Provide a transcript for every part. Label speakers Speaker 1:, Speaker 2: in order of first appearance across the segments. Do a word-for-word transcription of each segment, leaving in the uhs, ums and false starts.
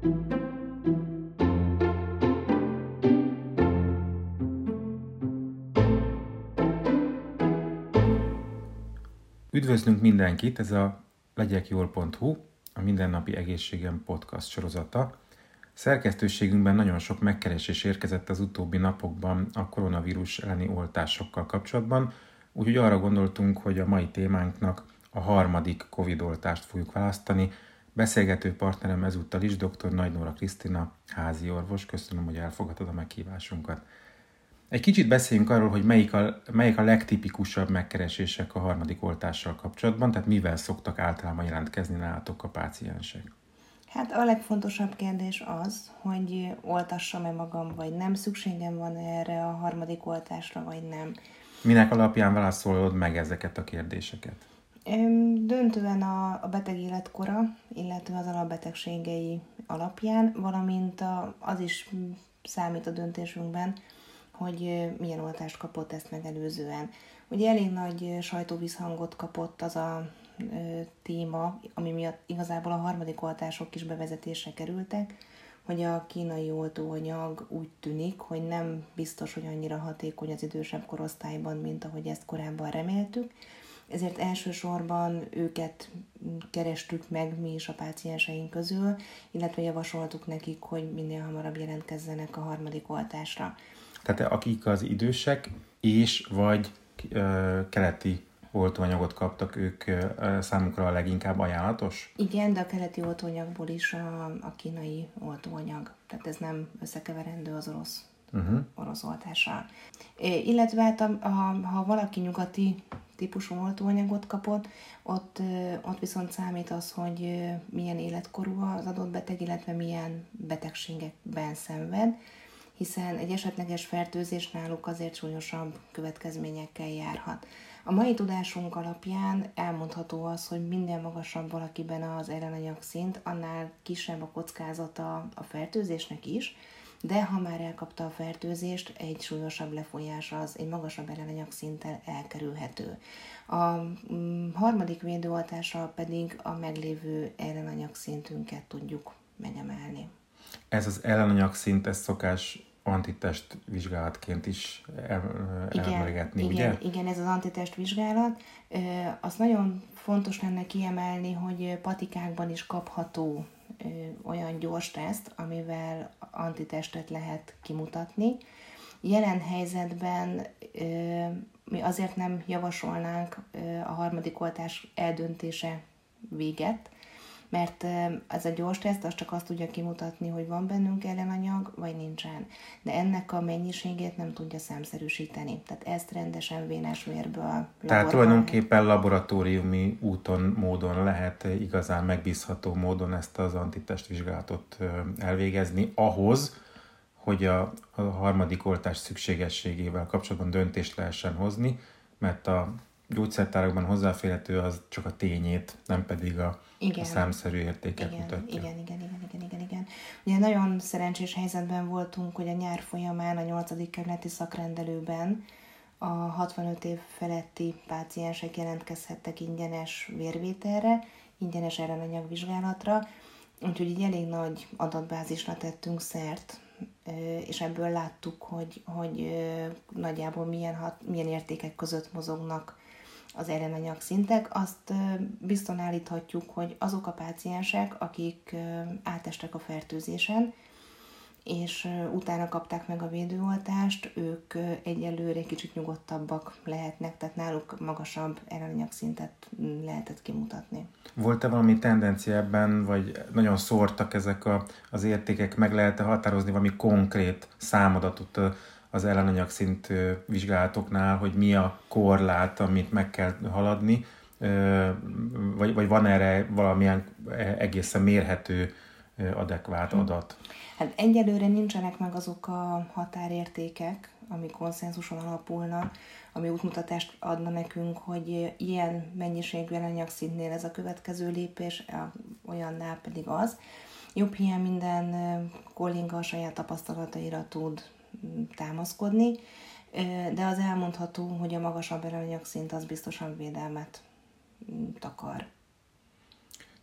Speaker 1: Üdvözlünk mindenkit, ez a legyekjól pont hu, a Mindennapi Egészségem podcast sorozata. Szerkesztőségünkben nagyon sok megkeresés érkezett az utóbbi napokban a koronavírus elleni oltásokkal kapcsolatban, úgyhogy arra gondoltunk, hogy a mai témánknak a harmadik Covid-oltást fogjuk választani. Beszélgető partnerem ezúttal is dr. Nagy Nóra Krisztina, házi orvos. Köszönöm, hogy elfogadtad a meghívásunkat. Egy kicsit beszéljünk arról, hogy melyik a, melyik a legtipikusabb megkeresések a harmadik oltással kapcsolatban, tehát mivel szoktak általában jelentkezni nálatok a páciensek?
Speaker 2: Hát a legfontosabb kérdés az, hogy oltassam-e magam, vagy nem, szükségem van erre a harmadik oltásra, vagy nem.
Speaker 1: Minek alapján válaszolod meg ezeket a kérdéseket?
Speaker 2: Döntően a, a beteg életkora, illetve az alapbetegségei alapján, valamint a, az is számít a döntésünkben, hogy milyen oltást kapott ezt megelőzően. Ugye elég nagy sajtóvízhangot kapott az a ö, téma, ami miatt igazából a harmadik oltások is bevezetésre kerültek, hogy a kínai oltóanyag úgy tűnik, hogy nem biztos, hogy annyira hatékony az idősebb korosztályban, mint ahogy ezt korábban reméltük. Ezért elsősorban őket kerestük meg mi is a pácienseink közül, illetve javasoltuk nekik, hogy minél hamarabb jelentkezzenek a harmadik oltásra.
Speaker 1: Tehát akik az idősek és vagy ö, keleti oltóanyagot kaptak, ők ö, számukra a leginkább ajánlatos?
Speaker 2: Igen, de a keleti oltóanyagból is a, a kínai oltóanyag. Tehát ez nem összekeverendő az orosz, uh-huh. orosz oltással. É, illetve hát a, a, ha valaki nyugati típusú oltóanyagot kapott, ott, ott viszont számít az, hogy milyen életkorú az adott beteg, illetve milyen betegségekben szenved, hiszen egy esetleges fertőzés náluk azért súlyosabb következményekkel járhat. A mai tudásunk alapján elmondható az, hogy minél magasabb valakiben az ellenanyag szint, annál kisebb a kockázata a fertőzésnek is, de ha már elkapta a fertőzést, egy súlyosabb lefolyás az egy magasabb ellenanyag szinttel elkerülhető. A mm, harmadik védőoltással pedig a meglévő ellenanyag szintünket tudjuk megemelni.
Speaker 1: Ez az ellenanyag szint, ez szokás antitest vizsgálatként is emlegetni,
Speaker 2: igen,
Speaker 1: ugye?
Speaker 2: Igen, igen, ez az antitest vizsgálat. Azt nagyon fontos lenne kiemelni, hogy patikákban is kapható olyan gyors teszt, amivel antitestet lehet kimutatni. Jelen helyzetben mi azért nem javasolnánk a harmadik oltás eldöntése véget, mert ez a gyors teszt az csak azt tudja kimutatni, hogy van bennünk ellenanyag, vagy nincsen. De ennek a mennyiségét nem tudja számszerűsíteni. Tehát ezt rendesen vénás vérből...
Speaker 1: Tehát tulajdonképpen laboratóriumi úton, módon lehet igazán megbízható módon ezt az antitest vizsgálatot elvégezni ahhoz, hogy a, a harmadik oltás szükségességével kapcsolatban döntést lehessen hozni, mert a gyógyszertárakban hozzáférhető az csak a tényét, nem pedig a, a számszerű értéket
Speaker 2: igen,
Speaker 1: mutatja.
Speaker 2: Igen, igen, igen, igen, igen, igen. Ugye nagyon szerencsés helyzetben voltunk, hogy a nyár folyamán a nyolcadik kerületi szakrendelőben a hatvanöt év feletti páciensek jelentkezhettek ingyenes vérvételre, ingyenes ellenanyagvizsgálatra, úgyhogy így elég nagy adatbázisra tettünk szert, és ebből láttuk, hogy, hogy nagyjából milyen, hat, milyen értékek között mozognak az ellenanyag szintek. Azt biztosan állíthatjuk, hogy azok a páciensek, akik átestek a fertőzésen, és utána kapták meg a védőoltást, ők egyelőre kicsit nyugodtabbak lehetnek, tehát náluk magasabb ellenanyag szintet lehetett kimutatni.
Speaker 1: Volt-e valami tendencia ebben, vagy nagyon szórtak ezek a, az értékek, meg lehet-e határozni valami konkrét számadatot az ellenanyag szint vizsgálatoknál, hogy mi a korlát, amit meg kell haladni, vagy, vagy van erre valamilyen egészen mérhető, adekvát adat?
Speaker 2: Hát egyelőre nincsenek meg azok a határértékek, ami konszenzuson alapulna, ami útmutatást adna nekünk, hogy ilyen mennyiségű ellenanyagszintnél ez a következő lépés, olyannál pedig az. Jobb hiány minden kolléga a saját tapasztalataira tud támaszkodni, de az elmondható, hogy a magasabb ellenanyagszint az biztosan védelmet takar.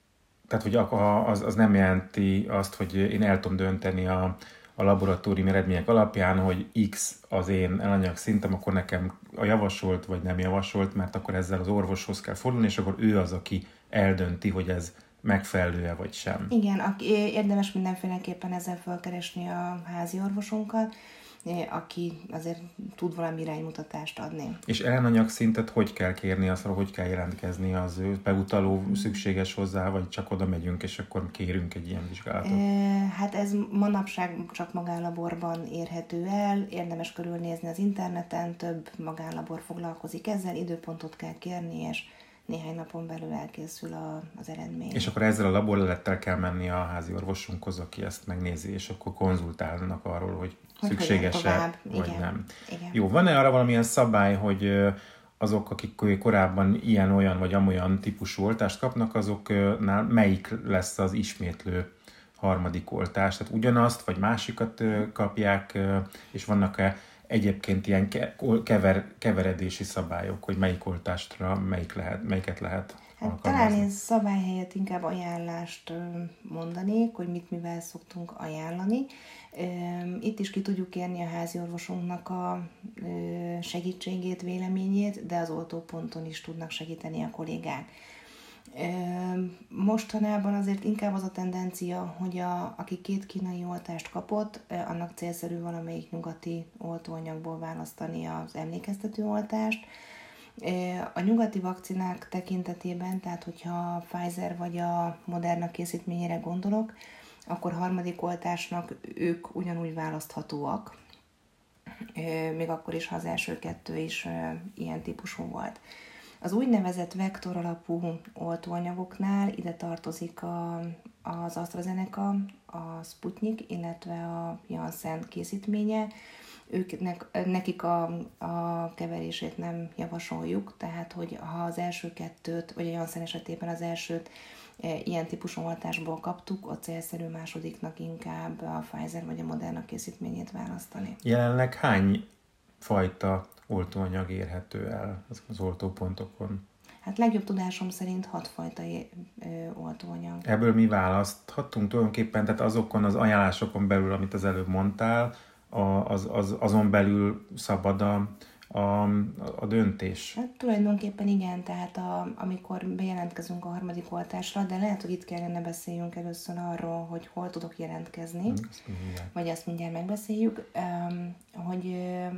Speaker 1: Tehát, hogy az, az nem jelenti azt, hogy én el tudom dönteni a, a laboratóriumi eredmények alapján, hogy X az én elanyag szintem, akkor nekem a javasolt vagy nem javasolt, mert akkor ezzel az orvoshoz kell fordulni, és akkor ő az, aki eldönti, hogy ez megfelelő-e vagy sem.
Speaker 2: Igen, érdemes mindenféleképpen ezzel felkeresni a házi orvosunkat, aki azért tud valami iránymutatást adni.
Speaker 1: És ellenanyag szintet hogy kell kérni, azra hogy kell jelentkezni, az ő beutaló szükséges hozzá, vagy csak oda megyünk, és akkor kérünk egy ilyen vizsgálatot?
Speaker 2: Hát ez manapság csak magánlaborban érhető el, érdemes körülnézni az interneten, több magánlabor foglalkozik ezzel, időpontot kell kérni, és néhány napon belül elkészül a, az eredmény.
Speaker 1: És akkor ezzel a laborlelettel kell menni a házi orvosunkhoz, aki ezt megnézi, és akkor konzultálnak arról, hogy, hogy szükséges-e, vagy
Speaker 2: igen.
Speaker 1: nem.
Speaker 2: Igen.
Speaker 1: Jó, van-e arra valamilyen szabály, hogy azok, akik korábban ilyen-olyan vagy amolyan típusú oltást kapnak, azoknál melyik lesz az ismétlő harmadik oltás? Tehát ugyanazt, vagy másikat kapják, és vannak-e egyébként ilyen kever, keveredési szabályok, hogy melyik oltástra melyik lehet, melyiket lehet
Speaker 2: hát talán én szabály helyett inkább ajánlást mondanék, hogy mit mivel szoktunk ajánlani. Itt is ki tudjuk kérni a házi orvosunknak a segítségét, véleményét, de az oltóponton is tudnak segíteni a kollégák. Mostanában azért inkább az a tendencia, hogy a, aki két kínai oltást kapott, annak célszerű valamelyik nyugati oltóanyagból választani az emlékeztető oltást. A nyugati vakcinák tekintetében, tehát hogyha a Pfizer vagy a Moderna készítményére gondolok, akkor harmadik oltásnak ők ugyanúgy választhatóak, még akkor is, ha az első kettő is ilyen típusú volt. Az úgynevezett vektor alapú oltóanyagoknál ide tartozik a, az AstraZeneca, a Sputnik, illetve a Janssen készítménye. Őknek, nekik a, a keverését nem javasoljuk, tehát hogy ha az első kettőt, vagy a Janssen esetében az elsőt e, ilyen típusú oltásból kaptuk, a célszerű másodiknak inkább a Pfizer vagy a Moderna készítményét választani.
Speaker 1: Jelenleg hány fajta oltóanyag érhető el az oltópontokon?
Speaker 2: Hát legjobb tudásom szerint hatfajta oltóanyag.
Speaker 1: Ebből mi választhatunk tulajdonképpen, tehát azokon az ajánlásokon belül, amit az előbb mondtál, az, az, azon belül szabad a, a, a döntés?
Speaker 2: Hát tulajdonképpen igen, tehát a, amikor bejelentkezünk a harmadik oltásra, de lehet, hogy itt kellene beszéljünk először arról, hogy hol tudok jelentkezni,
Speaker 1: azt
Speaker 2: vagy azt mindjárt megbeszéljük, hogy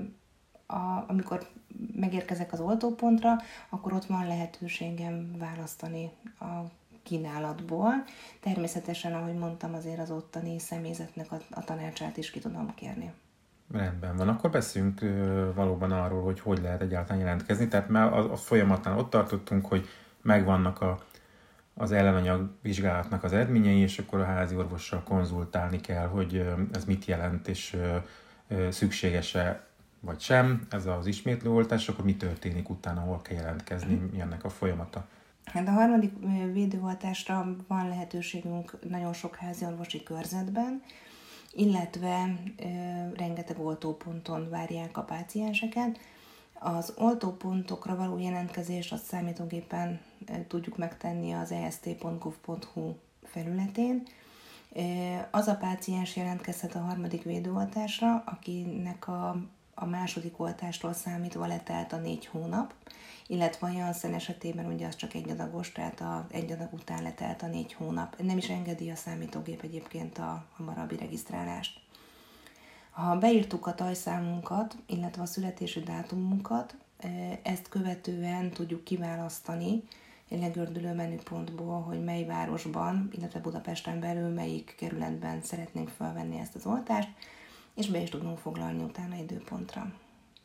Speaker 2: A, amikor megérkezek az oltópontra, akkor ott van lehetőségem választani a kínálatból. Természetesen, ahogy mondtam, azért az ottani személyzetnek a, a tanácsát is ki tudom kérni.
Speaker 1: Rendben van. Akkor beszéljünk valóban arról, hogy hogy lehet egyáltalán jelentkezni. Tehát már a, a folyamatnál ott tartottunk, hogy megvannak a, az ellenanyag vizsgálatnak az eredményei, és akkor a házi orvossal konzultálni kell, hogy ez mit jelent, és szükséges-e vagy sem, ez az ismétlő oltás, akkor mi történik utána, hol kell jelentkezni, mi ennek a folyamata?
Speaker 2: Hát a harmadik védőoltásra van lehetőségünk nagyon sok házi orvosi körzetben, illetve e, rengeteg oltóponton várják a pácienseket. Az oltópontokra való jelentkezést azt számítógépen e, tudjuk megtenni az e s t pont gov pont h u felületén. E, az a páciens jelentkezhet a harmadik védőoltásra, akinek a a második oltástól számítva letelt a négy hónap, illetve a Janssen esetében ugye az csak egy adagos, tehát a egy adag után letelt a négy hónap. Nem is engedi a számítógép egyébként a hamarabbi regisztrálást. Ha beírtuk a tajszámunkat, illetve a születési dátumunkat, ezt követően tudjuk kiválasztani egy legördülő menüpontból, hogy mely városban, illetve Budapesten belül melyik kerületben szeretnénk felvenni ezt az oltást, és be is tudunk foglalni utána időpontra.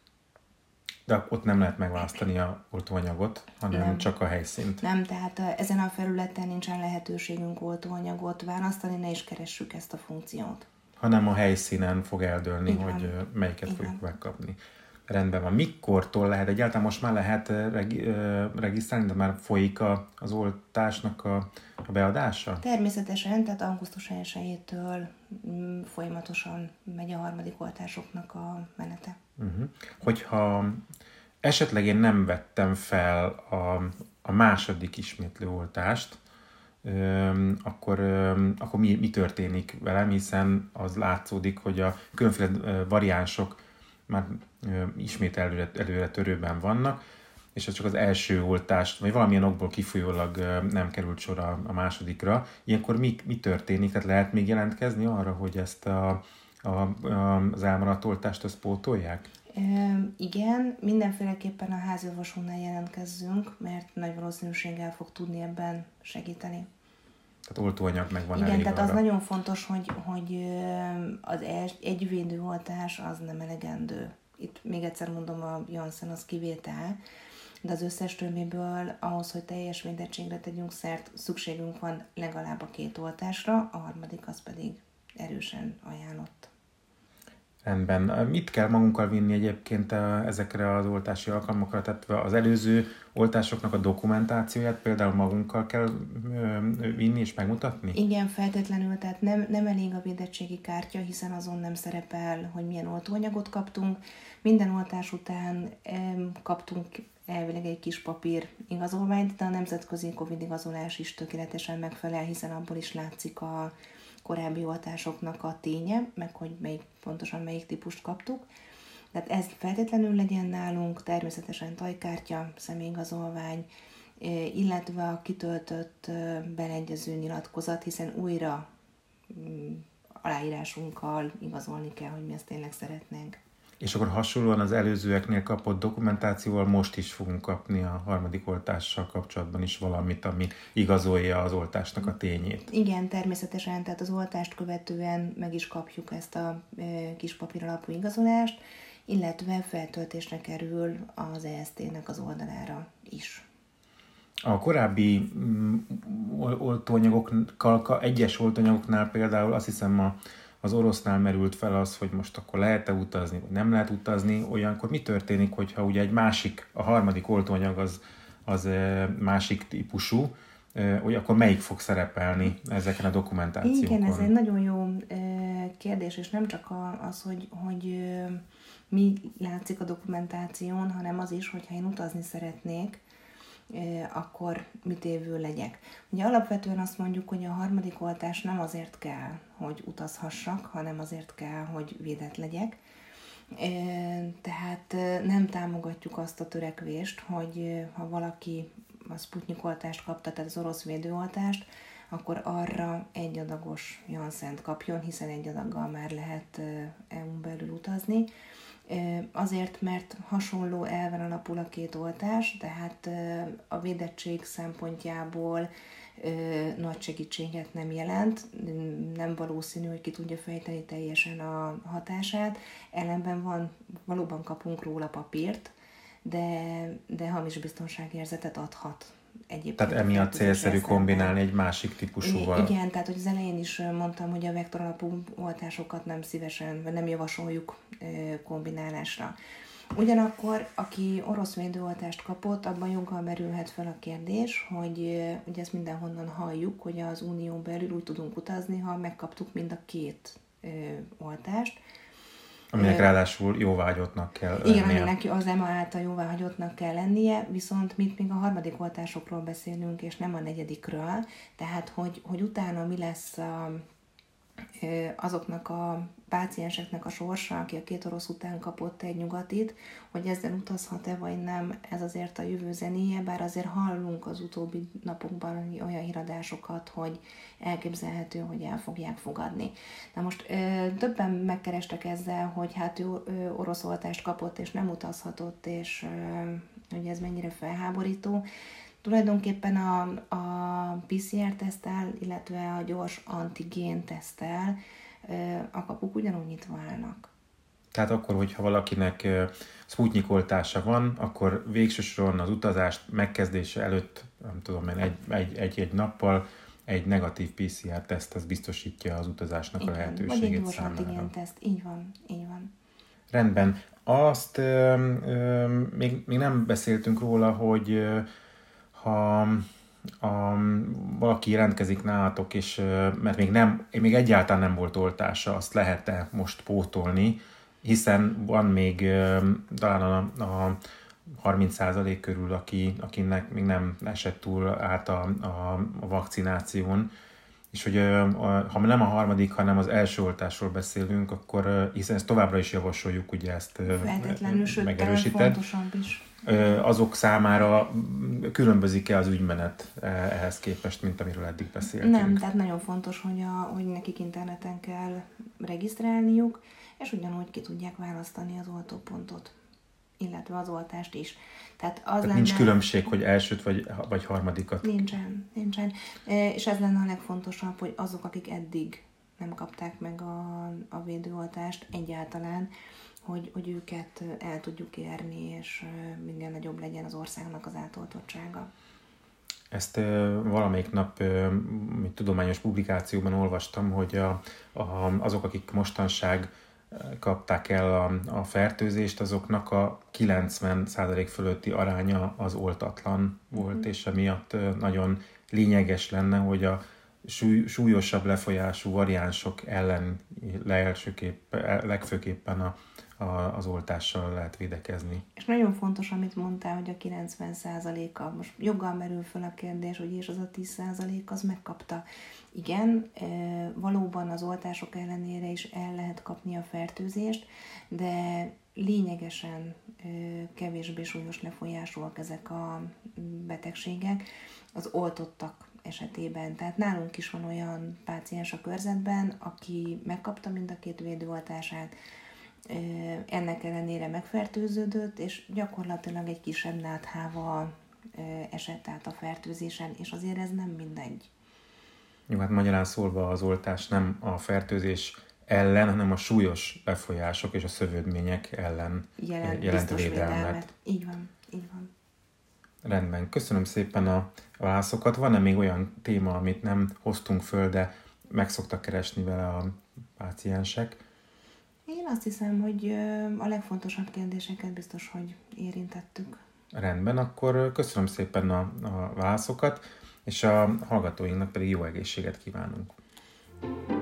Speaker 1: De ott nem lehet megválasztani a oltóanyagot, hanem nem. Csak a helyszínt.
Speaker 2: Nem, tehát ezen a felületen nincsen lehetőségünk oltóanyagot választani, ne is keressük ezt a funkciót.
Speaker 1: Hanem a helyszínen fog eldőlni,
Speaker 2: Igen.
Speaker 1: hogy melyiket
Speaker 2: Igen.
Speaker 1: fogjuk megkapni. Rendben van. Mikortól lehet? Egyáltalán most már lehet regi- regisztrálni, de már folyik a, az oltásnak a, a beadása?
Speaker 2: Természetesen, tehát augusztus elsejétől folyamatosan megy a harmadik oltásoknak a menete.
Speaker 1: Uh-huh. Hogyha esetleg én nem vettem fel a, a második ismétlő oltást, akkor, akkor mi, mi történik velem, hiszen az látszódik, hogy a különféle variánsok már ismét előre, előre törőben vannak, és ez csak az első oltást, vagy valamilyen okból kifolyólag nem került sor a, a másodikra. Ilyenkor mi, mi történik? Tehát lehet még jelentkezni arra, hogy ezt a, a, a, az elmaradt oltást azt pótolják?
Speaker 2: E, igen, mindenféleképpen a háziorvosónál jelentkezzünk, mert nagy valószínűséggel fog tudni ebben segíteni.
Speaker 1: Tehát oltóanyag meg van
Speaker 2: igen,
Speaker 1: elég
Speaker 2: tehát
Speaker 1: arra.
Speaker 2: Az nagyon fontos, hogy, hogy az egy védőoltás az nem elegendő. Itt még egyszer mondom, a Janssen az kivétel, de az összes többiből ahhoz, hogy teljes védettségre tegyünk szert, szükségünk van legalább a két oltásra, a harmadik az pedig erősen ajánlott.
Speaker 1: Rendben. Mit kell magunkkal vinni egyébként ezekre az oltási alkalmakra? Tehát az előző oltásoknak a dokumentációját például magunkkal kell vinni és megmutatni?
Speaker 2: Igen, feltétlenül, tehát nem, nem elég a védettségi kártya, hiszen azon nem szerepel, hogy milyen oltóanyagot kaptunk. Minden oltás után kaptunk elvileg egy kis papír igazolványt, de a nemzetközi Covid igazolás is tökéletesen megfelel, hiszen abból is látszik a korábbi oltásoknak a ténye, meg hogy melyik, pontosan melyik típust kaptuk. Tehát ez feltétlenül legyen nálunk, természetesen tajkártya, személyigazolvány, illetve a kitöltött beleegyező nyilatkozat, hiszen újra aláírásunkkal igazolni kell, hogy mi ezt tényleg szeretnénk.
Speaker 1: És akkor hasonlóan az előzőeknél kapott dokumentációval most is fogunk kapni a harmadik oltással kapcsolatban is valamit, ami igazolja az oltásnak a tényét.
Speaker 2: Igen, természetesen, tehát az oltást követően meg is kapjuk ezt a e, kis papír alapú igazolást, illetve feltöltésre kerül az E S T-nek az oldalára is.
Speaker 1: A korábbi mm, oltóanyagokkal, egyes oltóanyagoknál például azt hiszem a az orosznál merült fel az, hogy most akkor lehet-e utazni, vagy nem lehet utazni, olyankor mi történik, hogyha ugye egy másik, a harmadik oltóanyag az, az másik típusú, hogy akkor melyik fog szerepelni ezeken a dokumentációkon?
Speaker 2: Igen, ez egy nagyon jó kérdés, és nem csak az, hogy, hogy mi látszik a dokumentáción, hanem az is, hogyha én utazni szeretnék, akkor mit évő legyek. Ugye alapvetően azt mondjuk, hogy a harmadik oltás nem azért kell, hogy utazhassak, hanem azért kell, hogy védett legyek. Tehát nem támogatjuk azt a törekvést, hogy ha valaki a Sputnik oltást kapta, tehát az orosz védőoltást, akkor arra egy adagos Janssent kapjon, hiszen egy adaggal már lehet é u-n belül utazni. Azért, mert hasonló elven alapul a két oltás, tehát a védettség szempontjából nagy segítséget nem jelent, nem valószínű, hogy ki tudja fejteni teljesen a hatását, ellenben van, valóban kapunk róla papírt, de, de hamis biztonságérzetet adhat. Egyébként
Speaker 1: tehát emiatt célszerű kombinálni egy másik típusúval.
Speaker 2: Igen, tehát hogy az elején is mondtam, hogy a vektor alapú oltásokat nem szívesen, vagy nem javasoljuk kombinálásra. Ugyanakkor, aki orosz védőoltást kapott, abban joggal merülhet fel a kérdés, hogy ugye ezt mindenhonnan halljuk, hogy az unión belül úgy tudunk utazni, ha megkaptuk mind a két oltást.
Speaker 1: Aminek ráadásul jóváhagyottnak kell lennie.
Speaker 2: Igen, aminek az E M A által jóváhagyottnak kell lennie, viszont mit még a harmadik oltásokról beszélünk, és nem a negyedikről, tehát hogy, hogy utána mi lesz a, azoknak a pácienseknek a sorsa, aki a két orosz után kapott egy nyugatit, hogy ezzel utazhat-e vagy nem, ez azért a jövő zenéje, bár azért hallunk az utóbbi napokban olyan híradásokat, hogy elképzelhető, hogy el fogják fogadni. Na most többen megkerestek ezzel, hogy hát ő orosz oltást kapott és nem utazhatott, és hogy ez mennyire felháborító. Tulajdonképpen a, a pé cé er teszttel, illetve a gyors antigén teszttel a kapuk ugyanúgy nyitva állnak.
Speaker 1: Tehát akkor, hogyha valakinek Sputnik oltása van, akkor végső soron az utazást megkezdése előtt, nem tudom én, egy, egy, egy, egy nappal egy negatív pé cé er teszt, az biztosítja az utazásnak
Speaker 2: igen,
Speaker 1: a lehetőségét
Speaker 2: vagy egy gyors
Speaker 1: számára.
Speaker 2: antigén teszt, így van, így van.
Speaker 1: Rendben. Azt ö, ö, még, még nem beszéltünk róla, hogy ö, ha a, valaki jelentkezik nálatok, és, mert még, nem, még egyáltalán nem volt oltása, azt lehet-e most pótolni, hiszen van még talán a, a harminc százalék körül, aki, akinek még nem esett túl át a, a, a vakcináción. És hogy ha nem a harmadik, hanem az első oltásról beszélünk, akkor hiszen ezt továbbra is javasoljuk, ugye ezt megerősíted. Azok számára különbözik-e az ügymenet ehhez képest, mint amiről eddig beszéltünk?
Speaker 2: Nem, tehát nagyon fontos, hogy, a, hogy nekik interneten kell regisztrálniuk, és ugyanúgy ki tudják választani az oltópontot, illetve az oltást is. Tehát az
Speaker 1: Tehát
Speaker 2: lenne...
Speaker 1: nincs különbség, hogy elsőt vagy, vagy harmadikat?
Speaker 2: Nincsen, nincsen. És ez lenne a legfontosabb, hogy azok, akik eddig nem kapták meg a, a védőoltást egyáltalán, hogy, hogy őket el tudjuk érni, és minél nagyobb legyen az országnak az átoltottsága.
Speaker 1: Ezt uh, valamelyik nap uh, tudományos publikációban olvastam, hogy a, a, azok, akik mostanság kapták el a, a fertőzést, azoknak a kilencven százalék fölötti aránya az oltatlan volt, mm. és emiatt nagyon lényeges lenne, hogy a súly, súlyosabb lefolyású variánsok ellen legfőképpen a, a, az oltással lehet védekezni.
Speaker 2: És nagyon fontos, amit mondtál, hogy a kilencven százaléka, most joggal merül fel a kérdés, hogy és az a tíz százalék az megkapta. Igen, valóban az oltások ellenére is el lehet kapni a fertőzést, de lényegesen kevésbé súlyos lefolyásúak ezek a betegségek az oltottak esetében. Tehát nálunk is van olyan páciens a körzetben, aki megkapta mind a két védőoltását, ennek ellenére megfertőződött, és gyakorlatilag egy kisebb náthával esett át a fertőzésen, és azért ez nem mindegy.
Speaker 1: Jó, hát magyarán szólva az oltás nem a fertőzés ellen, hanem a súlyos lefolyások és a szövődmények ellen jelent, jelent védelmet. védelmet.
Speaker 2: Így van, így van.
Speaker 1: Rendben, köszönöm szépen a válaszokat. Van-e még olyan téma, amit nem hoztunk föl, de meg szoktak keresni vele a páciensek?
Speaker 2: Én azt hiszem, hogy a legfontosabb kérdéseket biztos, hogy érintettük.
Speaker 1: Rendben, akkor köszönöm szépen a, a válaszokat, és a hallgatóinknak pedig jó egészséget kívánunk.